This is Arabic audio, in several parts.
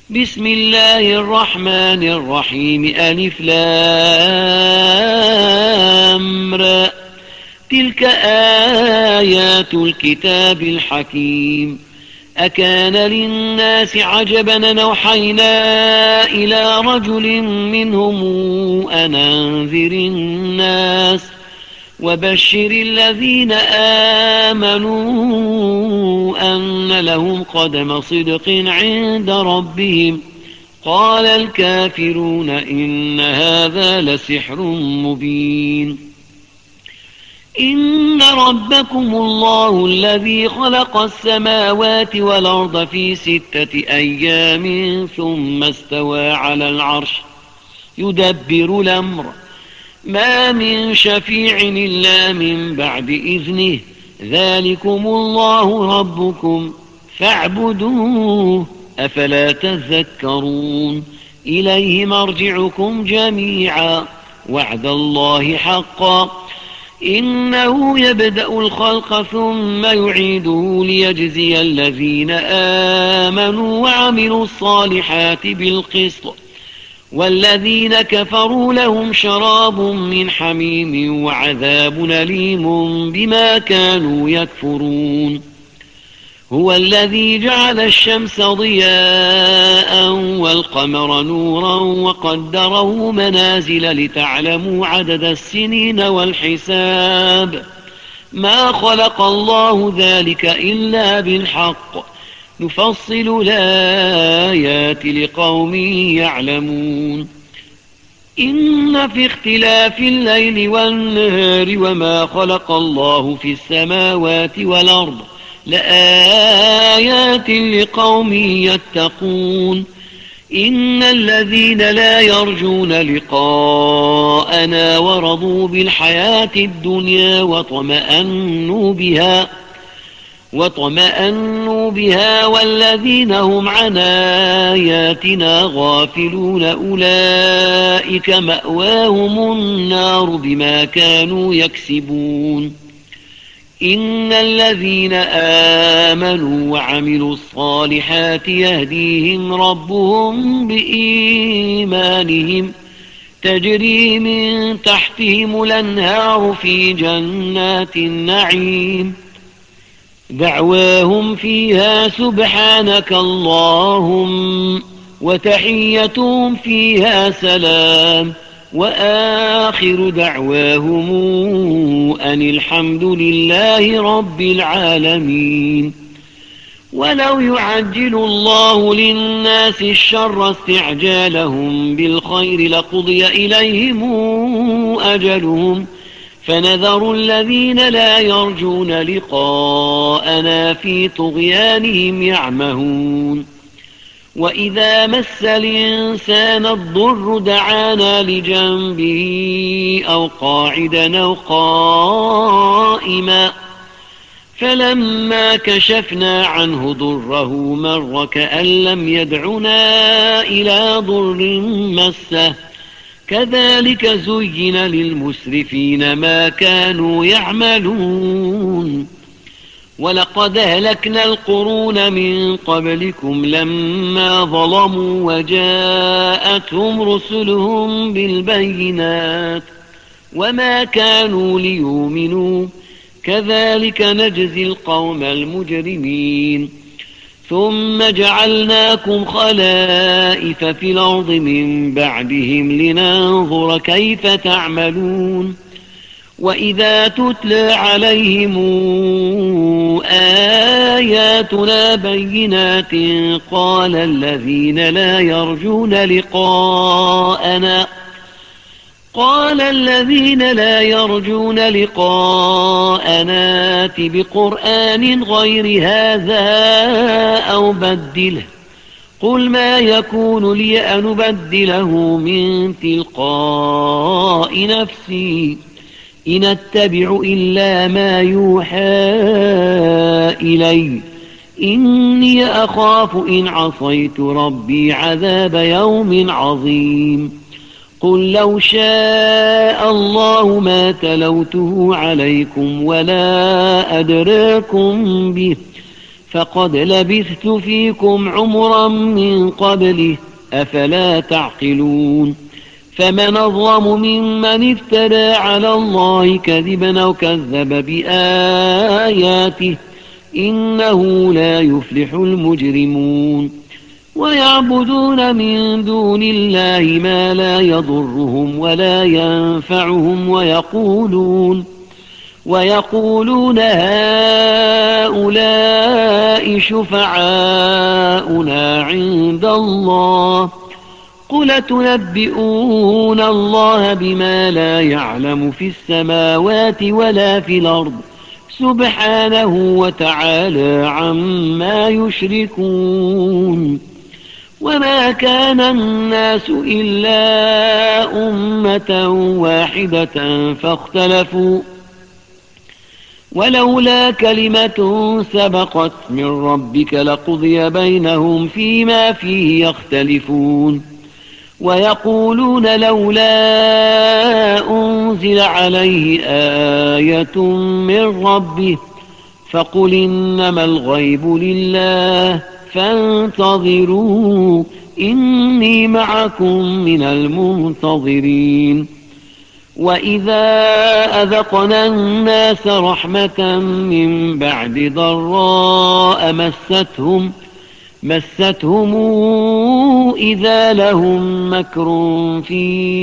بسم الله الرحمن الرحيم ألف لام را. تلك آيات الكتاب الحكيم. أكان للناس عجبا أن أوحينا إلى رجل منهم أن أنذر الناس وبشر الذين آمنوا أن لهم قدم صدق عند ربهم. قال الكافرون إن هذا لسحر مبين. إن ربكم الله الذي خلق السماوات والأرض في 6 أيام ثم استوى على العرش يدبر الأمر ما من شفيع إلا من بعد إذنه ذلكم الله ربكم فاعبدوه أفلا تذكرون. إليه مرجعكم جميعا وعد الله حقا إنه يبدأ الخلق ثم يعيده ليجزي الذين آمنوا وعملوا الصالحات بالقسط والذين كفروا لهم شراب من حميم وعذاب أليم بما كانوا يكفرون. هو الذي جعل الشمس ضياء والقمر نورا وقدره منازل لتعلموا عدد السنين والحساب ما خلق الله ذلك إلا بالحق نفصل الآيات لقوم يعلمون. إن في اختلاف الليل والنهار وما خلق الله في السماوات والأرض لآيات لقوم يتقون. إن الذين لا يرجون لقاءنا ورضوا بالحياة الدنيا وطمأنوا بها والذين هم عن آياتنا غافلون أولئك مأواهم النار بما كانوا يكسبون. إن الذين آمنوا وعملوا الصالحات يهديهم ربهم بإيمانهم تجري من تحتهم الأنهار في جنات النعيم دعواهم فيها سبحانك اللهم وتحيتهم فيها سلام وآخر دعواهم أن الحمد لله رب العالمين. ولو يعجل الله للناس الشر استعجالهم بالخير لقضي إليهم أجلهم فنذر الذين لا يرجون لقاءنا في طغيانهم يعمهون. وإذا مس الإنسان الضر دعانا لجنبه أو قاعدا أو قائما فلما كشفنا عنه ضره مر كأن لم يدعنا إلى ضر مسه كذلك زين للمسرفين ما كانوا يعملون. ولقد أهلكنا القرون من قبلكم لما ظلموا وجاءتهم رسلهم بالبينات وما كانوا ليؤمنوا كذلك نجزي القوم المجرمين. ثم جعلناكم خلائف في الأرض من بعدهم لننظر كيف تعملون. وإذا تتلى عليهم آياتنا بينات قال الذين لا يرجون لقاءنا ائت بقرآن غير هذا أو بدله قل ما يكون لي أن أبدله من تلقاء نفسي إن أتبع إلا ما يوحى إلي إني أخاف إن عصيت ربي عذاب يوم عظيم. قل لو شاء الله ما تلوته عليكم ولا أدراكم به فقد لبثت فيكم عمرا من قبله أفلا تعقلون فمن أظلم ممن افترى على الله كذبا أو كذب بآياته إنه لا يفلح المجرمون ويعبدون من دون الله ما لا يضرهم ولا ينفعهم ويقولون هؤلاء شفعاؤنا عند الله قل تنبئون الله بما لا يعلم في السماوات ولا في الأرض سبحانه وتعالى عما يشركون وما كان الناس إلا أمة واحدة فاختلفوا ولولا كلمة سبقت من ربك لقضي بينهم فيما فيه يختلفون ويقولون لولا أنزل عليه آية من ربه فقل إنما الغيب لله فانتظروا إني معكم من المنتظرين وإذا أذقنا الناس رحمة من بعد ضراء مستهم إذا لهم مكر في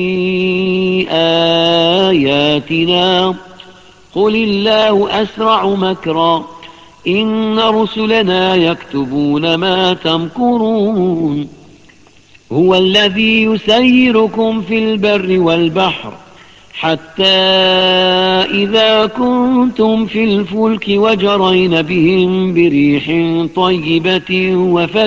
آياتنا قل الله أسرع مكرا إن رسلنا يكتبون ما تمكرون هو الذي يسيركم في البر والبحر حتى إذا كنتم في الفلك وجرين بهم بريح طيبة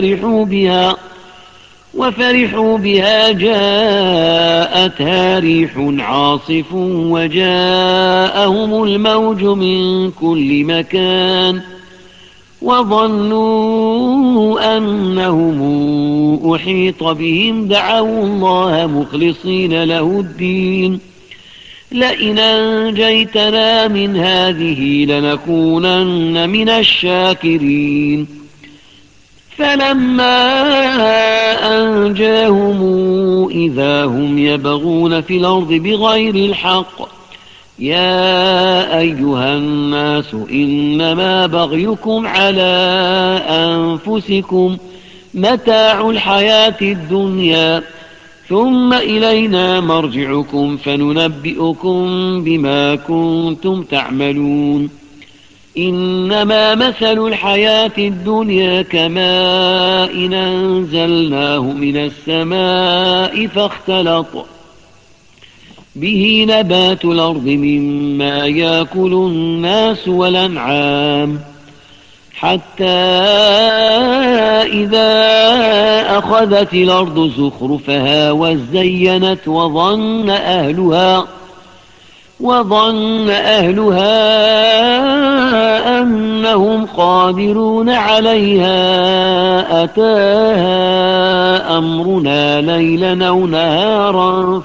وفرحوا بها جاءتها ريح عاصف وجاءهم الموج من كل مكان وظنوا أنهم أحيط بهم دعوا الله مخلصين له الدين لئن أنجيتنا من هذه لنكونن من الشاكرين فلما أنجاهم إذا هم يبغون في الأرض بغير الحق يا أيها الناس إنما بغيكم على أنفسكم متاع الحياة الدنيا ثم إلينا مرجعكم فننبئكم بما كنتم تعملون إنما مثل الحياة الدنيا كماء أنزلناه من السماء فاختلط به نبات الأرض مما يأكل الناس والأنعام حتى إذا أخذت الأرض زخرفها وزينت وظن أهلها أنهم قادرون عليها أتاها أمرنا ليلا أو نهارا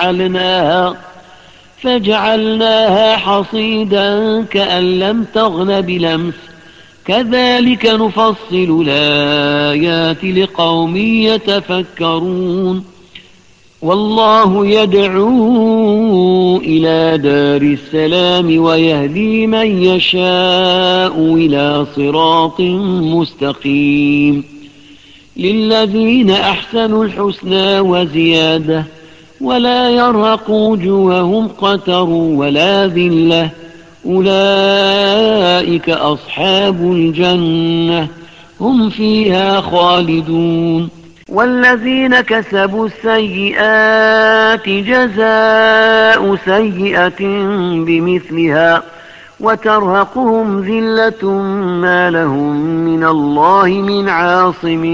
فجعلناها حصيدا كأن لم تغن بلمس كذلك نفصل الآيات لقوم يتفكرون والله يدعو إلى دار السلام ويهدي من يشاء إلى صراط مستقيم للذين أحسنوا الحسنى وزيادة ولا يرهق وجوههم قتر ولا ذلة أولئك أصحاب الجنة هم فيها خالدون والذين كسبوا السيئات جزاء سيئة بمثلها وترهقهم ذلة ما لهم من الله من عاصم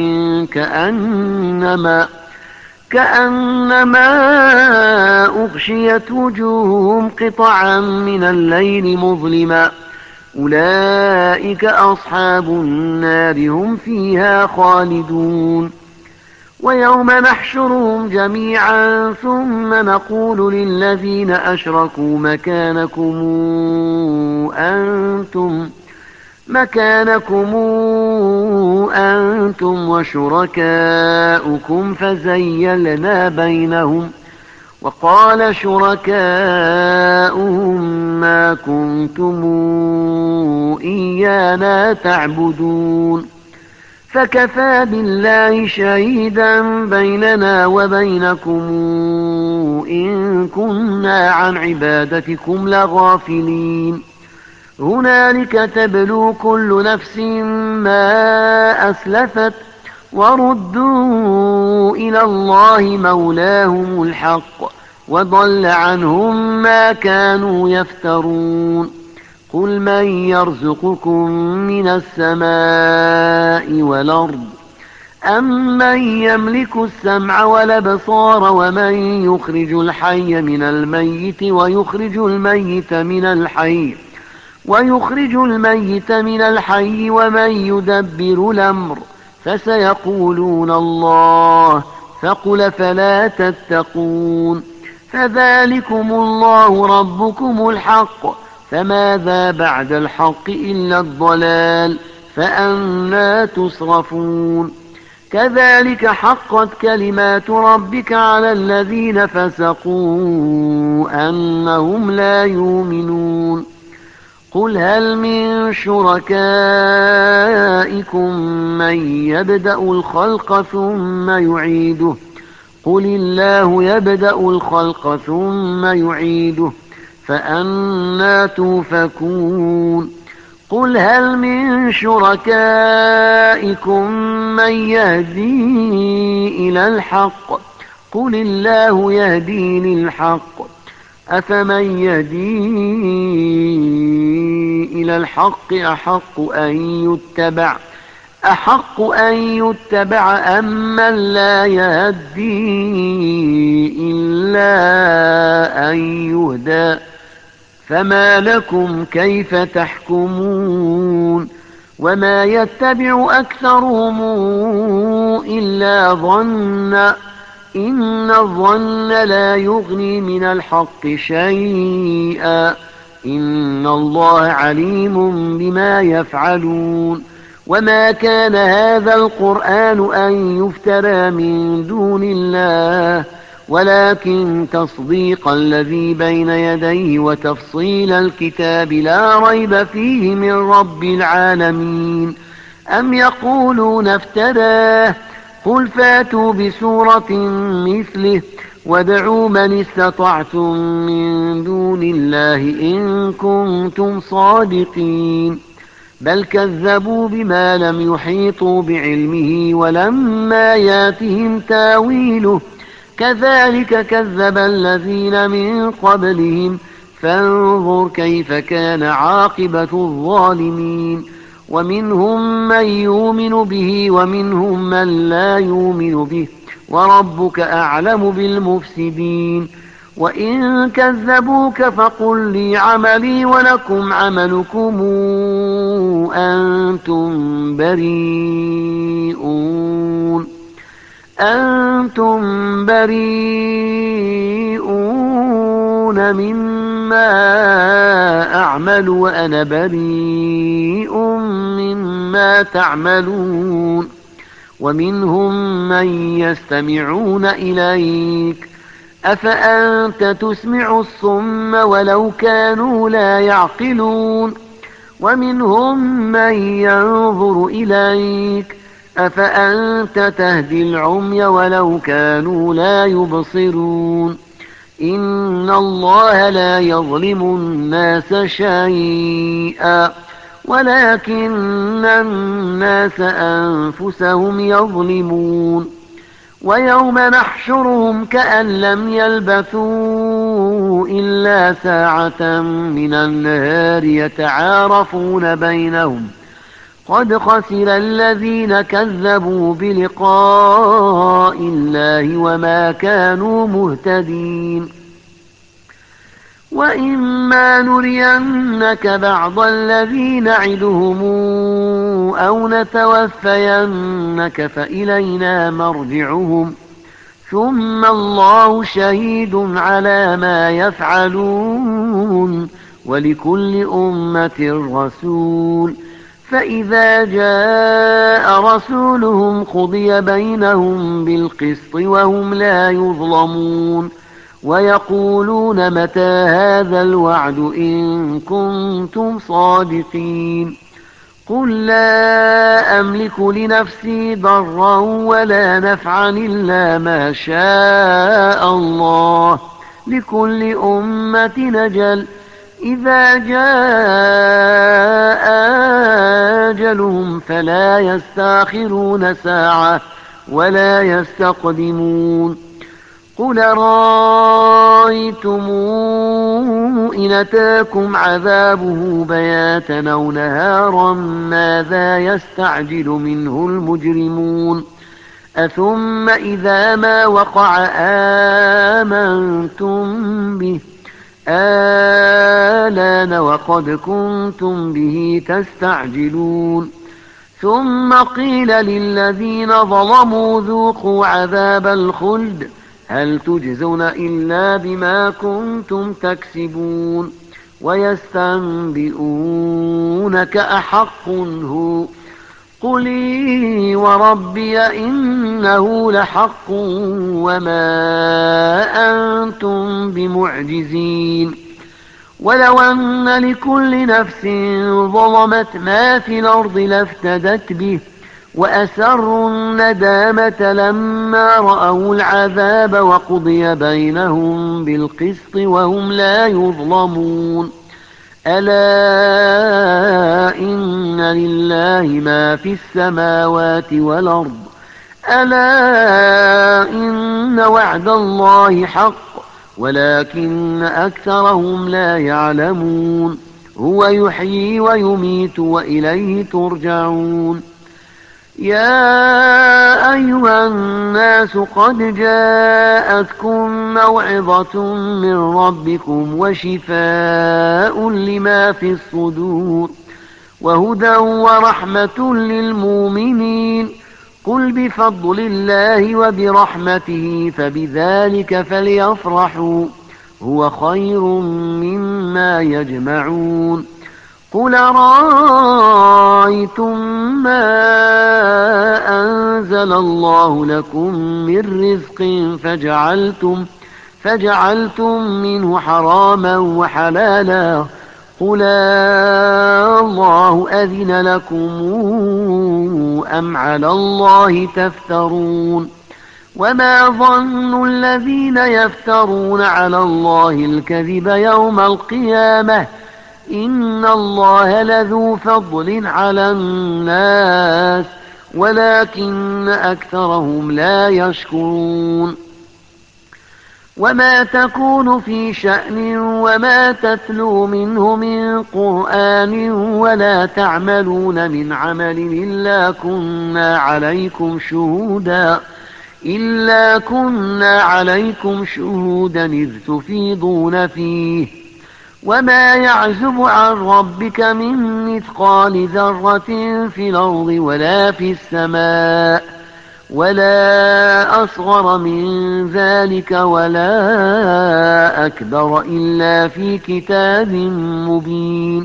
كأنما أغشيت وجوههم قطعا من الليل مظلما أولئك أصحاب النار هم فيها خالدون ويوم نحشرهم جميعا ثم نقول للذين أشركوا مكانكم أنتم وشركاؤكم فزيلنا بينهم وقال شركاؤهم ما كنتم إيانا تعبدون فكفى بالله شهيدا بيننا وبينكم إن كنا عن عبادتكم لغافلين هنالك تبلو كل نفس ما أسلفت وردوا إلى الله مولاهم الحق وضل عنهم ما كانوا يفترون قل من يرزقكم من السماء والأرض أمن يملك السمع والأبصار ومن يخرج الحي من الميت ويخرج الميت من الحي ومن يدبر الأمر فسيقولون الله فقل فلا تتقون فذلكم الله ربكم الحق فماذا بعد الحق إلا الضلال فأنى تصرفون كذلك حقت كلمات ربك على الذين فسقوا أنهم لا يؤمنون قل هل من شركائكم من يبدأ الخلق ثم يعيده قل الله يبدأ الخلق ثم يعيده فأنى توفكون قل هل من شركائكم من يهدي إلى الحق قل الله يهدي للحق أفمن يهدي إلى الحق أحق أن يتبع أمن لا يهدي إلا أن يهدى فما لكم كيف تحكمون وما يتبع أكثرهم إلا ظنا إن الظن لا يغني من الحق شيئا إن الله عليم بما يفعلون وما كان هذا القرآن أن يفترى من دون الله ولكن تصديق الذي بين يديه وتفصيل الكتاب لا ريب فيه من رب العالمين أم يقولون افتراه قل فاتوا بسورة مثله وادعوا من استطعتم من دون الله إن كنتم صادقين بل كذبوا بما لم يحيطوا بعلمه ولما ياتهم تاويله كذلك كذب الذين من قبلهم فانظر كيف كان عاقبة الظالمين ومنهم من يؤمن به ومنهم من لا يؤمن به وربك أعلم بالمفسدين وإن كذبوك فقل لي عملي ولكم عملكم أنتم بريئون مما أعمل وأنا بريء مما تعملون ومنهم من يستمعون إليك أفأنت تسمع الصم ولو كانوا لا يعقلون ومنهم من ينظر إليك أفأنت تهدي العمي ولو كانوا لا يبصرون إن الله لا يظلم الناس شيئا ولكن الناس أنفسهم يظلمون ويوم نحشرهم كأن لم يلبثوا إلا ساعة من النهار يتعارفون بينهم قد خسر الذين كذبوا بلقاء الله وما كانوا مهتدين وإما نرينك بعض الذي نعدهم أو نتوفينك فإلينا مرجعهم ثم الله شهيد على ما يفعلون ولكل أمة رسول فإذا جاء رسولهم قضي بينهم بالقسط وهم لا يظلمون ويقولون متى هذا الوعد إن كنتم صادقين قل لا أملك لنفسي ضرا ولا نفعا إلا ما شاء الله لكل أمة أجل إذا جاء أجلهم فلا يستأخرون ساعة ولا يستقدمون قل رأيتم إن أتاكم عذابه بياتا أو نهارا ماذا يستعجل منه المجرمون أثم إذا ما وقع آمنتم به آلان وقد كنتم به تستعجلون ثم قيل للذين ظلموا ذوقوا عذاب الخلد هل تجزون إلا بما كنتم تكسبون ويستنبئونك أحق هو قل إي وربي إنه لحق وما أنتم بمعجزين ولو أن لكل نفس ظلمت ما في الأرض لافتدت به وأسروا الندامة لما رأوا العذاب وقضي بينهم بالقسط وهم لا يظلمون ألا إن لله ما في السماوات والأرض ألا إن وعد الله حق ولكن أكثرهم لا يعلمون هو يحيي ويميت وإليه ترجعون يا أيها الناس قد جاءتكم موعظة من ربكم وشفاء لما في الصدور وهدى ورحمة للمؤمنين قل بفضل الله وبرحمته فبذلك فليفرحوا هو خير مما يجمعون قل رأيتم ما أنزل الله لكم من رزق فجعلتم منه حراما وحلالا قل الله أذن لكم أم على الله تفترون وما ظن الذين يفترون على الله الكذب يوم القيامة إن الله لذو فضل على الناس ولكن أكثرهم لا يشكرون وما تكون في شأن وما تتلو منه من قرآن ولا تعملون من عمل إلا كنا عليكم شهودا إذ تفيضون فيه وما يعزب عن ربك من مثقال ذرة في الأرض ولا في السماء ولا أصغر من ذلك ولا أكبر إلا في كتاب مبين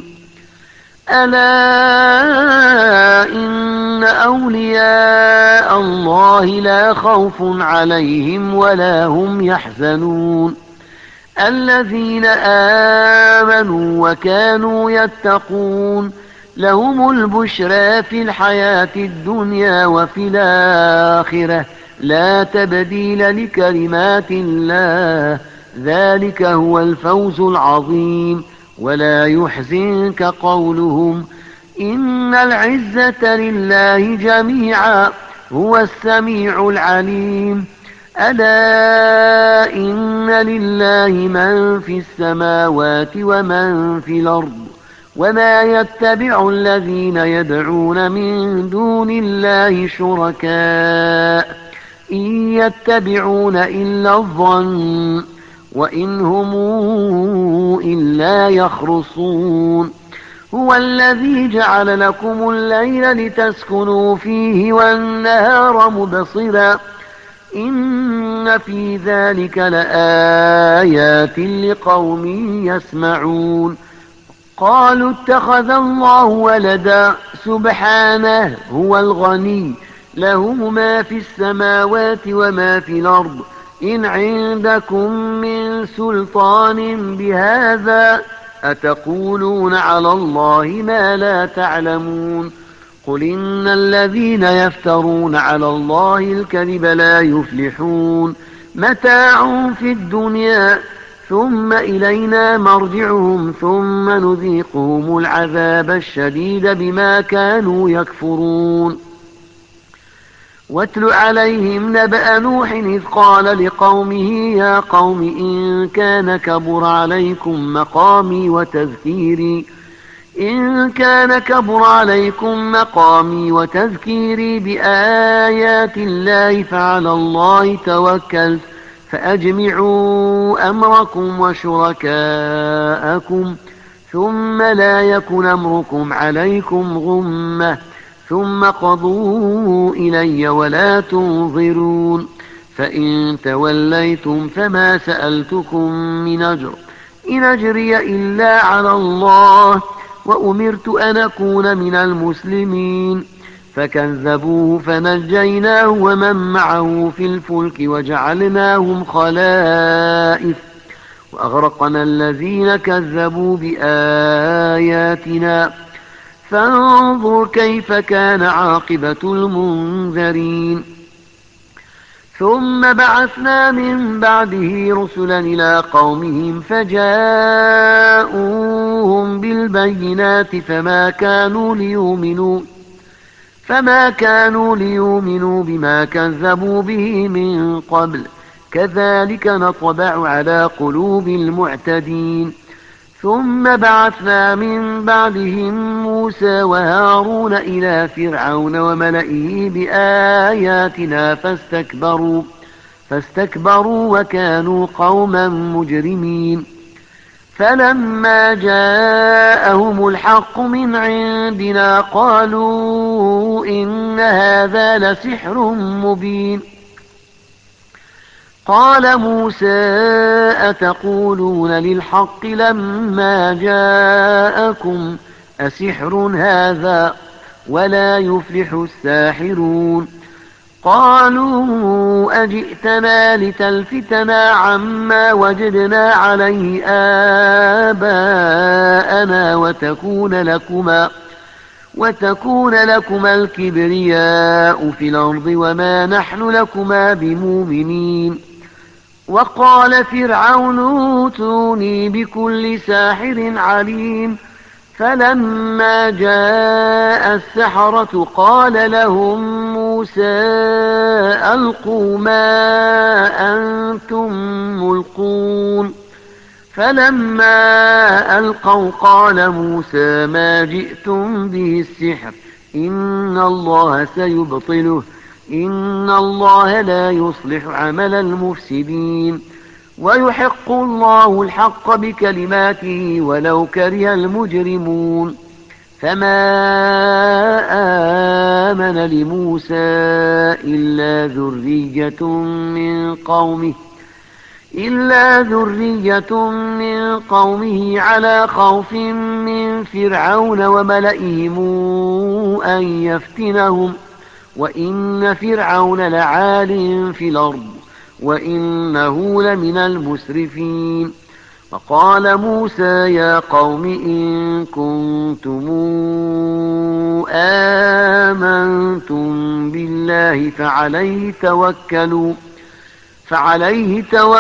ألا إن أولياء الله لا خوف عليهم ولا هم يحزنون الذين آمنوا وكانوا يتقون لهم البشرى في الحياة الدنيا وفي الآخرة لا تبديل لكلمات الله ذلك هو الفوز العظيم ولا يحزنك قولهم إن العزة لله جميعا هو السميع العليم ألا إن لله من في السماوات ومن في الأرض وما يتبع الذين يدعون من دون الله شركاء إن يتبعون إلا الظن وإن هم إلا يخرصون هو الذي جعل لكم الليل لتسكنوا فيه والنهار مبصرا إن في ذلك لآيات لقوم يسمعون قالوا اتخذ الله ولدا سبحانه هو الغني له ما في السماوات وما في الأرض إن عندكم من سلطان بهذا أتقولون على الله ما لا تعلمون قل إن الذين يفترون على الله الكذب لا يفلحون متاع في الدنيا ثم إلينا مرجعهم ثم نذيقهم العذاب الشديد بما كانوا يكفرون واتل عليهم نبأ نوح إذ قال لقومه يا قوم إن كان كبر عليكم مقامي وتذكيري بآيات الله فعلى الله توكلت فأجمعوا أمركم وشركاءكم ثم لا يكن أمركم عليكم غمة ثم قضوا إلي ولا تنظرون فإن توليتم فما سألتكم من أجر إن أجري إلا على الله وأمرت أن أكون من المسلمين فكذبوه فنجيناه ومن معه في الفلك وجعلناهم خلائف وأغرقنا الذين كذبوا بآياتنا فانظر كيف كان عاقبة المنذرين ثم بعثنا من بعده رسلا إلى قومهم فجاءوهم بالبينات فما كانوا ليؤمنوا بما كذبوا به من قبل كذلك نطبع على قلوب المعتدين ثم بعثنا من بعدهم موسى وهارون إلى فرعون وملئه بآياتنا فاستكبروا وكانوا قوما مجرمين فلما جاءهم الحق من عندنا قالوا إن هذا لسحر مبين قال موسى أتقولون للحق لما جاءكم أسحر هذا ولا يفلح الساحرون قالوا أجئتنا لتلفتنا عما وجدنا عليه آباءنا وتكون لكما الكبرياء في الأرض وما نحن لكما بمؤمنين وقال فرعون ائتوني بكل ساحر عليم فلما جاء السحرة قال لهم موسى ألقوا ما أنتم ملقون فلما ألقوا قال موسى ما جئتم به السحر إن الله سيبطله إن الله لا يصلح عمل المفسدين ويحق الله الحق بكلماته ولو كره المجرمون فما آمن لموسى إلا ذرية من قومه على خوف من فرعون وملئهم أن يفتنهم وإن فرعون لعال في الأرض وإنه لمن المسرفين وقال موسى يا قوم إن كنتم آمنتم بالله فعليه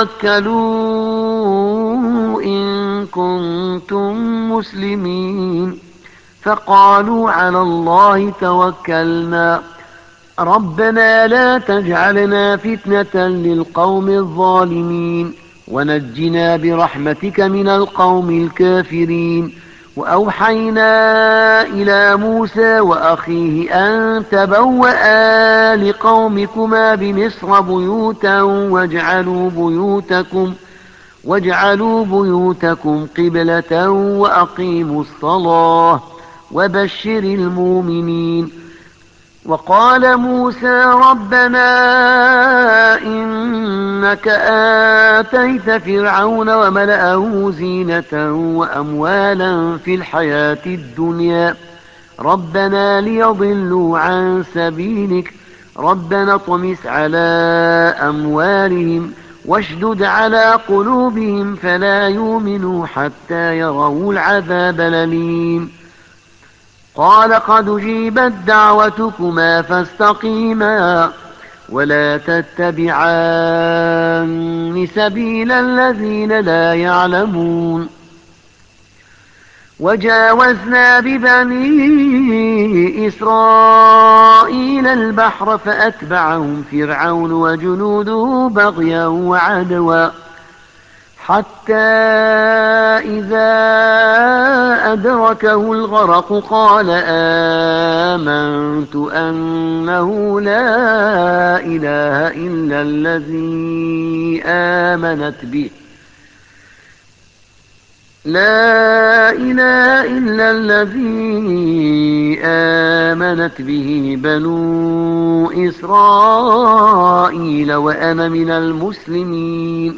توكلوا إن كنتم مسلمين فقالوا على الله توكلنا ربنا لا تجعلنا فتنة للقوم الظالمين ونجنا برحمتك من القوم الكافرين وأوحينا إلى موسى وأخيه أن تبوأ لقومكما بمصر بيوتا واجعلوا بيوتكم قبلة وأقيموا الصلاة وبشر المؤمنين وقال موسى ربنا إن إنك آتيت فرعون وملأه زينة وأموالا في الحياة الدنيا ربنا ليضلوا عن سبيلك ربنا اطمس على أموالهم واشدد على قلوبهم فلا يؤمنوا حتى يروا العذاب الأليم قال قد أجيبت دعوتكما فاستقيما ولا تتبعان سبيل الذين لا يعلمون وجاوزنا ببني إسرائيل البحر فأتبعهم فرعون وجنوده بغيا وعدوا حتى إذا أدركه الغرق قال آمنت أنه لا إله إلا الذي آمنت به بنو إسرائيل وأنا من المسلمين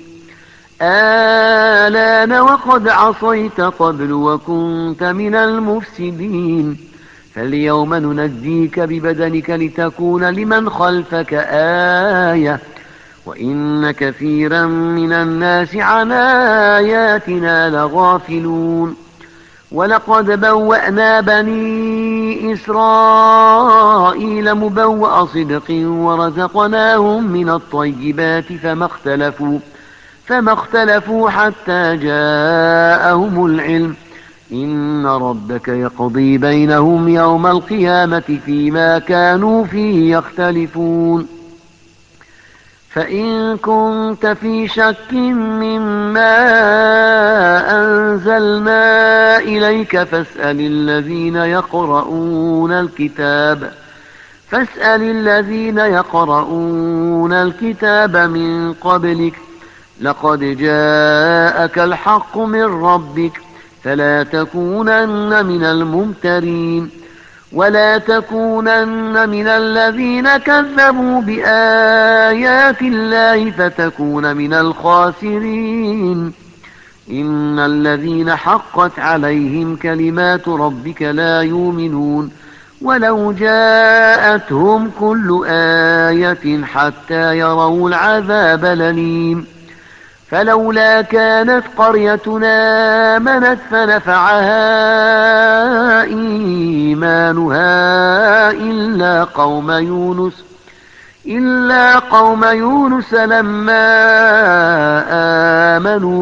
آلان وقد عصيت قبل وكنت من المفسدين فاليوم ننجيك ببدنك لتكون لمن خلفك آية وإن كثيرا من الناس عن آياتنا لغافلون ولقد بوأنا بني إسرائيل مبوأ صدق ورزقناهم من الطيبات فما اختلفوا حتى جاءهم العلم إن ربك يقضي بينهم يوم القيامة فيما كانوا فيه يختلفون فإن كنت في شك مما أنزلنا إليك فاسأل الذين يقرؤون الكتاب من قبلك لقد جاءك الحق من ربك فلا تكونن من الممترين ولا تكونن من الذين كذبوا بآيات الله فتكون من الخاسرين إن الذين حقت عليهم كلمات ربك لا يؤمنون ولو جاءتهم كل آية حتى يروا العذاب الأليم فلولا كانت قريتنا آمنت فنفعها إيمانها إلا قوم يونس لما آمنوا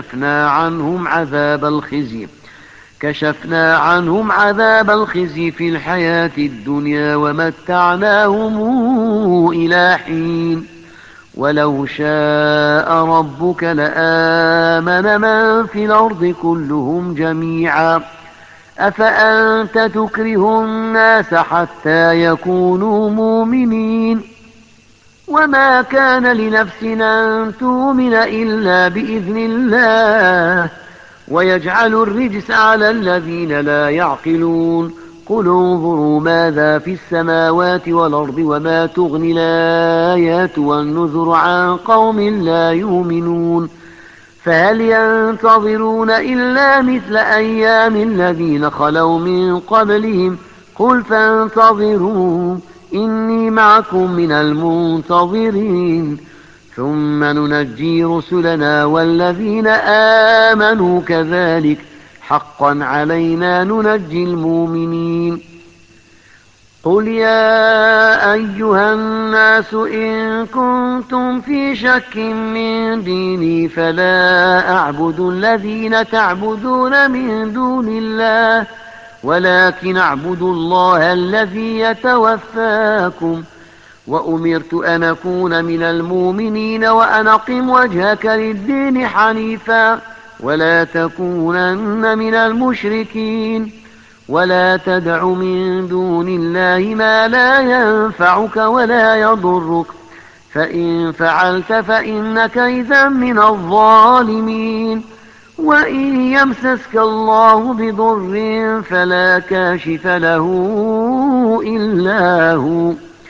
كشفنا عنهم عذاب الخزي في الحياة الدنيا ومتعناهم إلى حين ولو شاء ربك لآمن من في الأرض كلهم جميعا أفأنت تكره الناس حتى يكونوا مؤمنين وما كان لنفس أن تؤمن إلا بإذن الله ويجعل الرجس على الذين لا يعقلون قل انظروا ماذا في السماوات والأرض وما تغني الآيات والنذر عن قوم لا يؤمنون فهل ينتظرون إلا مثل أيام الذين خلوا من قبلهم قل فانتظروا إني معكم من المنتظرين ثم ننجي رسلنا والذين آمنوا كذلك حقا علينا ننجي المؤمنين قل يا أيها الناس إن كنتم في شك من ديني فلا أعبد الذين تعبدون من دون الله ولكن أعبد الله الذي يتوفاكم وأمرت أن أكون من المؤمنين وأن أقم وجهك للدين حنيفا ولا تكونن من المشركين ولا تدع من دون الله ما لا ينفعك ولا يضرك فإن فعلت فإنك إذا من الظالمين وإن يمسسك الله بضر فلا كاشف له إلا هو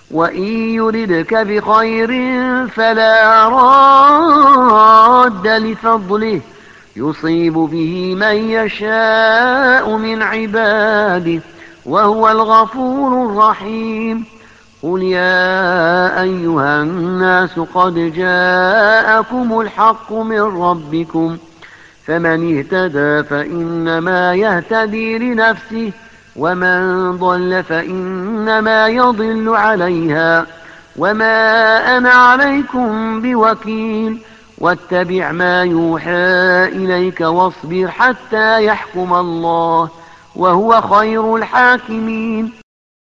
وإن يردك بخير فلا راد لفضله يصيب به من يشاء من عباده وهو الغفور الرحيم. قل يا أيها الناس قد جاءكم الحق من ربكم فمن اهتدى فإنما يهتدي لنفسه ومن ضل فإنما يضل عليها وما أنا عليكم بوكيل. واتبع ما يوحى إليك واصبر حتى يحكم الله وهو خير الحاكمين.